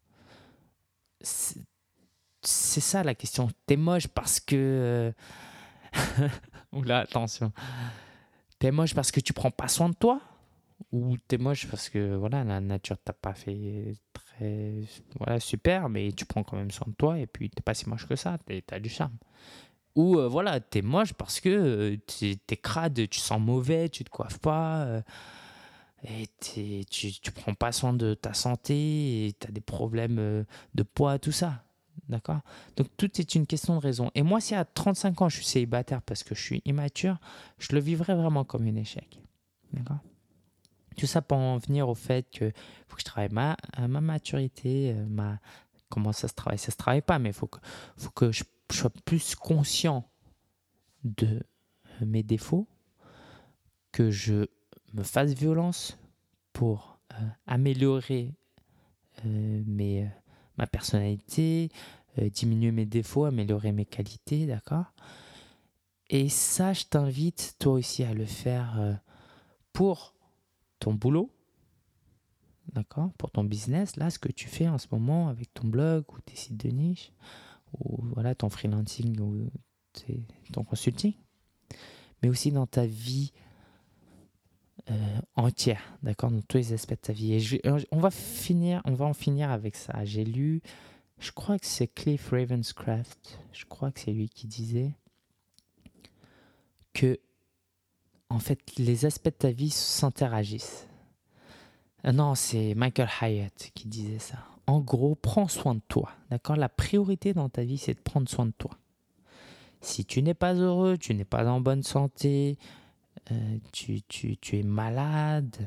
C'est ça la question. T'es moche parce que... Oula, attention. T'es moche parce que tu prends pas soin de toi? Ou t'es moche parce que voilà, la nature t'a pas fait très super, mais tu prends quand même soin de toi et puis t'es pas si moche que ça, t'as du charme. Ou voilà, t'es moche parce que t'es crade, tu sens mauvais, tu te coiffes pas, et tu prends pas soin de ta santé et t'as des problèmes de poids, tout ça. D'accord? Donc tout est une question de raison. Et moi, si à 35 ans je suis célibataire parce que je suis immature, je le vivrais vraiment comme un échec. D'accord? Tout ça pour en venir au fait que faut que je travaille ma maturité, comment ça se travaille? Ça se travaille pas, mais faut que je sois plus conscient de mes défauts, que je me fasse violence pour améliorer ma personnalité, diminuer mes défauts, améliorer mes qualités, d'accord? Et ça, je t'invite toi aussi à le faire pour ton boulot, d'accord? Pour ton business, là, ce que tu fais en ce moment avec ton blog ou tes sites de niche, ou voilà, ton freelancing ou ton consulting, mais aussi dans ta vie entière, d'accord? Dans tous les aspects de ta vie. Et on va en finir avec ça. J'ai lu, je crois que c'est Cliff Ravenscraft, je crois que c'est lui qui disait que, en fait, les aspects de ta vie s'interagissent. Non, c'est Michael Hyatt qui disait ça. En gros, prends soin de toi, d'accord? La priorité dans ta vie, c'est de prendre soin de toi. Si tu n'es pas heureux, tu n'es pas en bonne santé, tu es malade,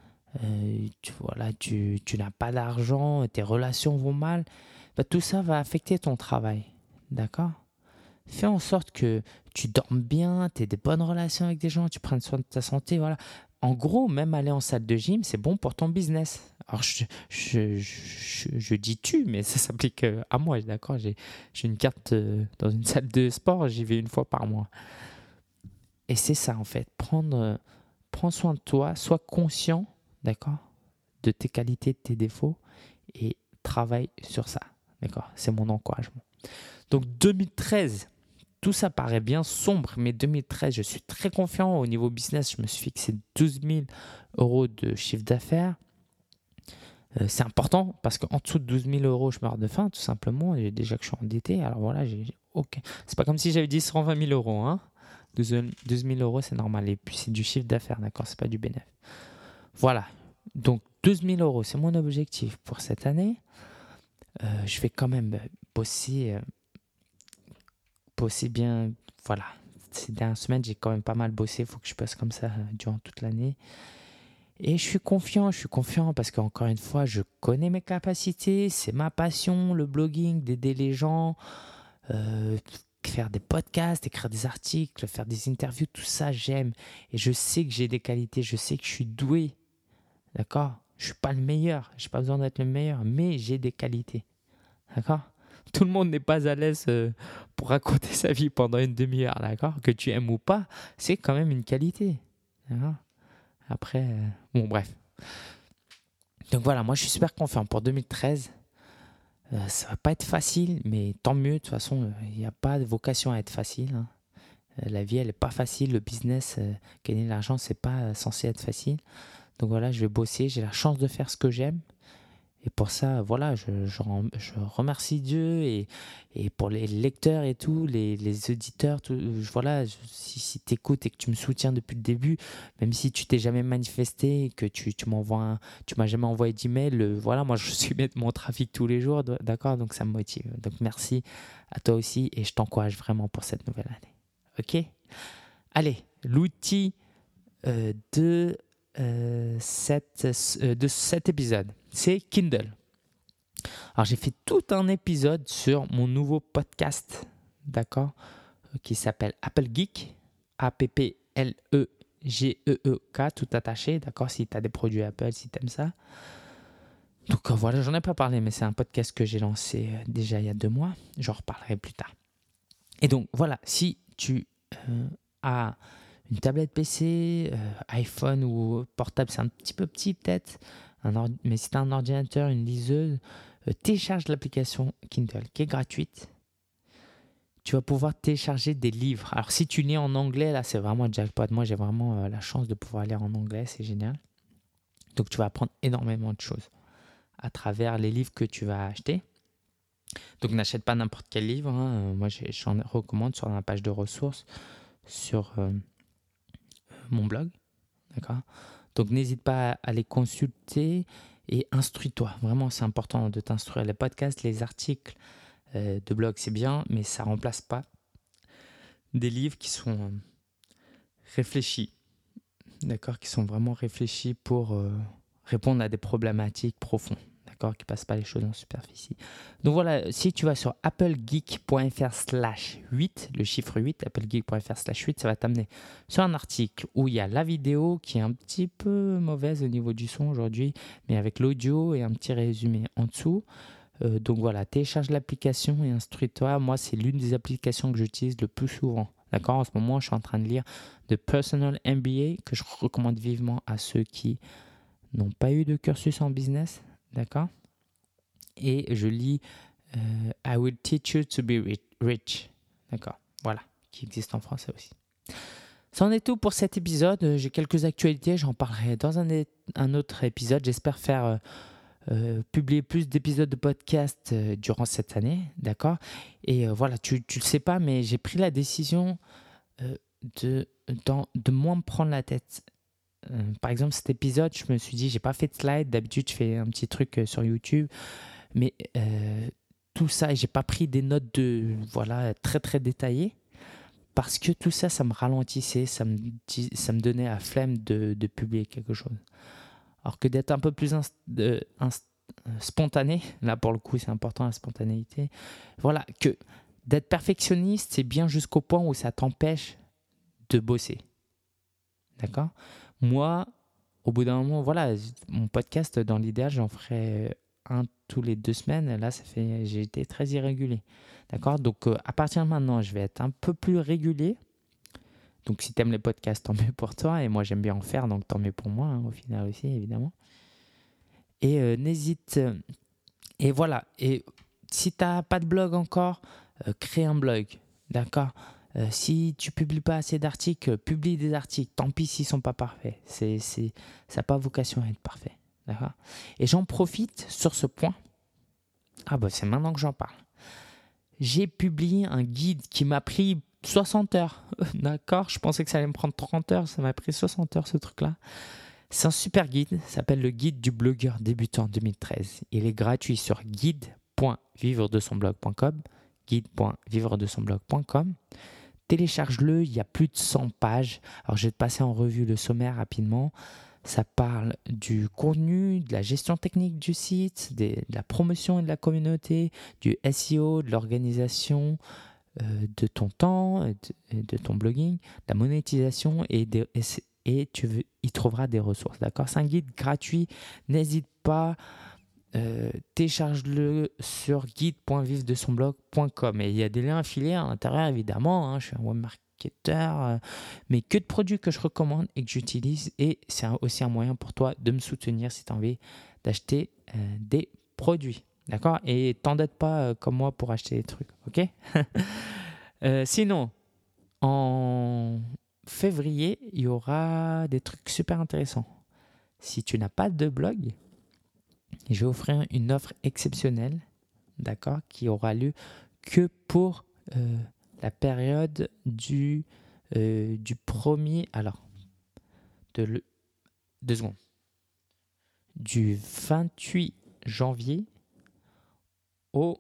tu n'as pas d'argent, tes relations vont mal, bah, tout ça va affecter ton travail, d'accord? Fais en sorte que tu dormes bien, tu aies des bonnes relations avec des gens, tu prennes soin de ta santé, voilà. En gros, même aller en salle de gym, c'est bon pour ton business. Alors, je dis tu, mais ça s'applique à moi, d'accord? J'ai une carte dans une salle de sport, j'y vais une fois par mois. Et c'est ça, en fait. Prends soin de toi, sois conscient, d'accord, de tes qualités, de tes défauts, et travaille sur ça, d'accord? C'est mon encouragement. Donc, 2013, tout ça paraît bien sombre, mais 2013, je suis très confiant au niveau business. Je me suis fixé 12 000 euros de chiffre d'affaires. C'est important parce qu'en dessous de 12 000 euros, je meurs de faim, tout simplement. Et déjà que je suis endetté, alors voilà, c'est pas comme si j'avais dit 120 000 euros. Hein. 12 000 euros, c'est normal. Et puis, c'est du chiffre d'affaires, d'accord? C'est pas du bénéfice. Voilà. Donc, 12 000 euros, c'est mon objectif pour cette année. Je vais quand même bosser bien. Voilà. Ces dernières semaines, j'ai quand même pas mal bossé. Il faut que je passe comme ça durant toute l'année. Et je suis confiant parce qu'encore une fois, je connais mes capacités. C'est ma passion, le blogging, d'aider les gens, faire des podcasts, écrire des articles, faire des interviews, tout ça, j'aime. Et je sais que j'ai des qualités, je sais que je suis doué. D'accord? Je ne suis pas le meilleur, je n'ai pas besoin d'être le meilleur, mais j'ai des qualités. D'accord? Tout le monde n'est pas à l'aise pour raconter sa vie pendant une demi-heure, d'accord? Que tu aimes ou pas, c'est quand même une qualité. D'accord? Après, bon, bref. Donc voilà, moi je suis super confiant pour 2013. Ça va pas être facile, mais tant mieux. De toute façon, il n'y a pas de vocation à être facile. Hein. La vie, elle n'est pas facile. Le business, gagner de l'argent, c'est pas censé être facile. Donc voilà, je vais bosser. J'ai la chance de faire ce que j'aime. Et pour ça, voilà, je remercie Dieu et pour les lecteurs et tout, les auditeurs, tout, voilà, si tu écoutes et que tu me soutiens depuis le début, même si tu t'es jamais manifesté, que tu m'as jamais envoyé d'email, voilà, moi je suis mettre mon trafic tous les jours, d'accord, donc ça me motive. Donc merci à toi aussi et je t'encourage vraiment pour cette nouvelle année. Ok? Allez, l'outil de cet épisode, c'est Kindle. Alors j'ai fait tout un épisode sur mon nouveau podcast, d'accord, qui s'appelle Apple Geek, Applegeek, tout attaché, d'accord, si tu as des produits Apple, si tu aimes ça. Donc voilà, j'en ai pas parlé, mais c'est un podcast que j'ai lancé déjà il y a 2 mois, j'en reparlerai plus tard. Et donc voilà, si tu as une tablette PC, iPhone ou portable, c'est un petit peu petit peut-être, mais si tu as un ordinateur, une liseuse, télécharge l'application Kindle qui est gratuite. tu vas pouvoir télécharger des livres. Alors, si tu lis en anglais, là, c'est vraiment jackpot. Moi, j'ai vraiment la chance de pouvoir lire en anglais. C'est génial. Donc, tu vas apprendre énormément de choses à travers les livres que tu vas acheter. Donc, n'achète pas n'importe quel livre. Moi, j'en recommande sur la page de ressources sur mon blog. D'accord ? Donc, n'hésite pas à les consulter et instruis-toi. Vraiment, c'est important de t'instruire. Les podcasts, les articles de blog, c'est bien, mais ça ne remplace pas des livres qui sont réfléchis. D'accord ? Qui sont vraiment réfléchis pour répondre à des problématiques profondes. D'accord, qui ne passe pas les choses en superficie. Donc voilà, si tu vas sur applegeek.fr/8, le chiffre 8, applegeek.fr/8, ça va t'amener sur un article où il y a la vidéo qui est un petit peu mauvaise au niveau du son aujourd'hui, mais avec l'audio et un petit résumé en dessous. Donc voilà, télécharge l'application et instruis-toi. Moi, c'est l'une des applications que j'utilise le plus souvent. D'accord, en ce moment, je suis en train de lire The Personal MBA que je recommande vivement à ceux qui n'ont pas eu de cursus en business. D'accord ? Et je lis I Will Teach You to Be Rich. D'accord ? Voilà, qui existe en français aussi. Ça en est tout pour cet épisode. J'ai quelques actualités, j'en parlerai dans un autre épisode. J'espère faire publier plus d'épisodes de podcast durant cette année. D'accord ? Et voilà, tu le sais pas, mais j'ai pris la décision de moins me prendre la tête. Par exemple, cet épisode, je me suis dit, j'ai pas fait de slide. D'habitude, je fais un petit truc sur YouTube. Mais tout ça, j'ai pas pris des notes très très détaillées parce que tout ça, ça me ralentissait, ça me donnait la flemme de publier quelque chose. Alors que d'être un peu plus spontané, là pour le coup, c'est important la spontanéité. Voilà, que d'être perfectionniste, c'est bien jusqu'au point où ça t'empêche de bosser. D'accord ? Moi, au bout d'un moment, voilà, mon podcast, dans l'idéal, j'en ferai un tous les 2 semaines. Là, j'ai été très irrégulier. D'accord ? Donc, à partir de maintenant, je vais être un peu plus régulier. Donc, si tu aimes les podcasts, tant mieux pour toi. Et moi, j'aime bien en faire, donc tant mieux pour moi, au final aussi, évidemment. Et n'hésite... et voilà. Et si tu n'as pas de blog encore, crée un blog. D'accord ? Si tu publies pas assez d'articles, publie des articles. Tant pis s'ils sont pas parfaits. Ça n'a pas vocation à être parfait. D'accord ? Et j'en profite sur ce point. C'est maintenant que j'en parle. J'ai publié un guide qui m'a pris 60 heures. D'accord ? Je pensais que ça allait me prendre 30 heures. Ça m'a pris 60 heures ce truc-là. C'est un super guide. Ça s'appelle le guide du blogueur débutant 2013. Il est gratuit sur guide.vivredesonblog.com. guide.vivredesonblog.com. Télécharge-le, il y a plus de 100 pages. Alors, je vais te passer en revue le sommaire rapidement. Ça parle du contenu, de la gestion technique du site, de la promotion et de la communauté, du SEO, de l'organisation de ton temps, de ton blogging, de la monétisation et tu y trouveras des ressources. D'accord ? C'est un guide gratuit. N'hésite pas. Télécharge-le sur guide.vivredesonblog.com et il y a des liens affiliés à l'intérieur évidemment, je suis un web marketeur mais que de produits que je recommande et que j'utilise et c'est aussi un moyen pour toi de me soutenir si tu as envie d'acheter des produits, d'accord, et t'endettes pas comme moi pour acheter des trucs, ok. Sinon en février il y aura des trucs super intéressants. Si tu n'as pas de blog, je vais offrir une offre exceptionnelle, d'accord, qui aura lieu que pour la période du 1er, du 28 janvier au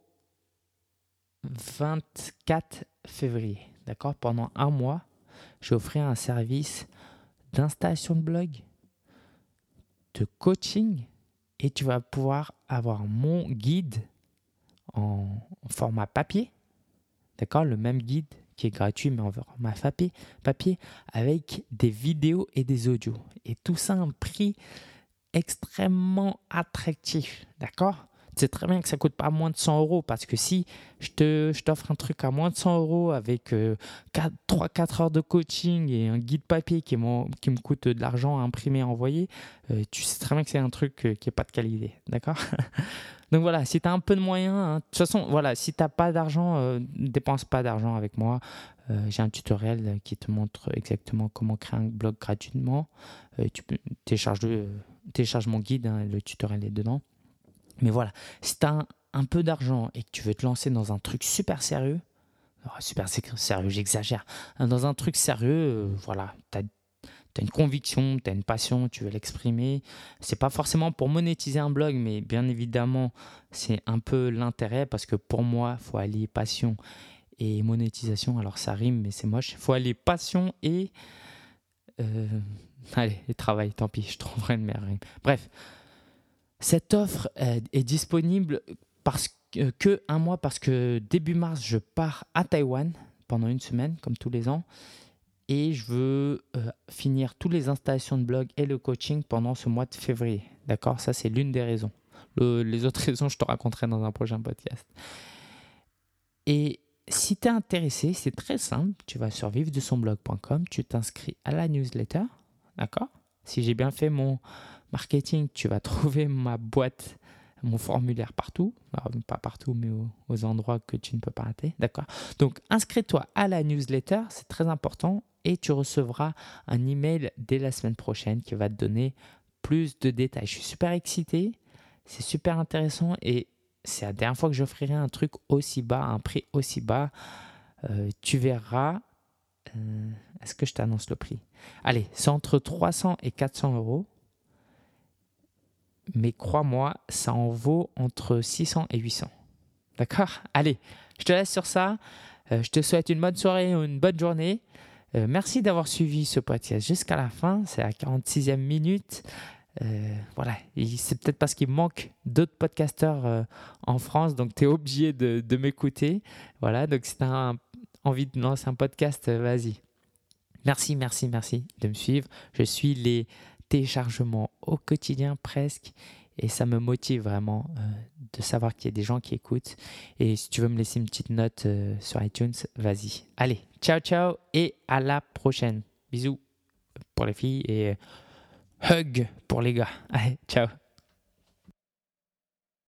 24 février, d'accord. Pendant un mois, je vais offrir un service d'installation de blog, de coaching. Et tu vas pouvoir avoir mon guide en format papier, d'accord, le même guide qui est gratuit mais en format papier avec des vidéos et des audios. Et tout ça à un prix extrêmement attractif, d'accord. C'est très bien que ça ne coûte pas moins de 100 € parce que si je t'offre un truc à moins de 100 € avec 3-4 heures de coaching et un guide papier qui me coûte de l'argent à imprimer et envoyer, tu sais très bien que c'est un truc qui n'est pas de qualité, d'accord. Donc voilà, si tu as un peu de moyens, hein, de toute façon, voilà, si tu n'as pas d'argent, ne dépense pas d'argent avec moi. J'ai un tutoriel qui te montre exactement comment créer un blog gratuitement. Tu peux télécharge mon guide, hein, le tutoriel est dedans. Mais voilà, si tu as un peu d'argent et que tu veux te lancer dans un truc super sérieux, super sérieux, j'exagère, hein, dans un truc sérieux, voilà, tu as une conviction, tu as une passion, tu veux l'exprimer. C'est pas forcément pour monétiser un blog, mais bien évidemment, c'est un peu l'intérêt parce que pour moi, il faut allier passion et monétisation. Alors ça rime, mais c'est moche. Il faut allier passion et... allez, et travail, tant pis, je trouverai une meilleure rime. Bref, cette offre est disponible que un mois parce que début mars, je pars à Taïwan pendant une semaine, comme tous les ans. Et je veux finir toutes les installations de blog et le coaching pendant ce mois de février. D'accord? Ça, c'est l'une des raisons. Les autres raisons, je te raconterai dans un prochain podcast. Et si tu es intéressé, c'est très simple. Tu vas sur vivredesonblog.com, tu t'inscris à la newsletter. D'accord? Si j'ai bien fait mon marketing, tu vas trouver ma boîte, mon formulaire partout. Alors, pas partout, mais aux endroits que tu ne peux pas rater. D'accord? Donc, inscris-toi à la newsletter, c'est très important. Et tu recevras un email dès la semaine prochaine qui va te donner plus de détails. Je suis super excité, c'est super intéressant et c'est la dernière fois que j'offrirai un truc aussi bas, un prix aussi bas. Tu verras. Est-ce que je t'annonce le prix? Allez, c'est entre 300 et 400 euros. Mais crois-moi, ça en vaut entre 600 et 800. D'accord? Allez, je te laisse sur ça. Je te souhaite une bonne soirée ou une bonne journée. Merci d'avoir suivi ce podcast jusqu'à la fin. C'est la 46e minute. Voilà, c'est peut-être parce qu'il manque d'autres podcasteurs en France, donc tu es obligé de m'écouter. Voilà, donc si tu as envie de lancer un podcast, vas-y. Merci de me suivre. Je suis les téléchargements au quotidien presque et ça me motive vraiment de savoir qu'il y a des gens qui écoutent. Et si tu veux me laisser une petite note sur iTunes, vas-y. Allez, ciao et à la prochaine. Bisous pour les filles et hug pour les gars. Allez, ciao.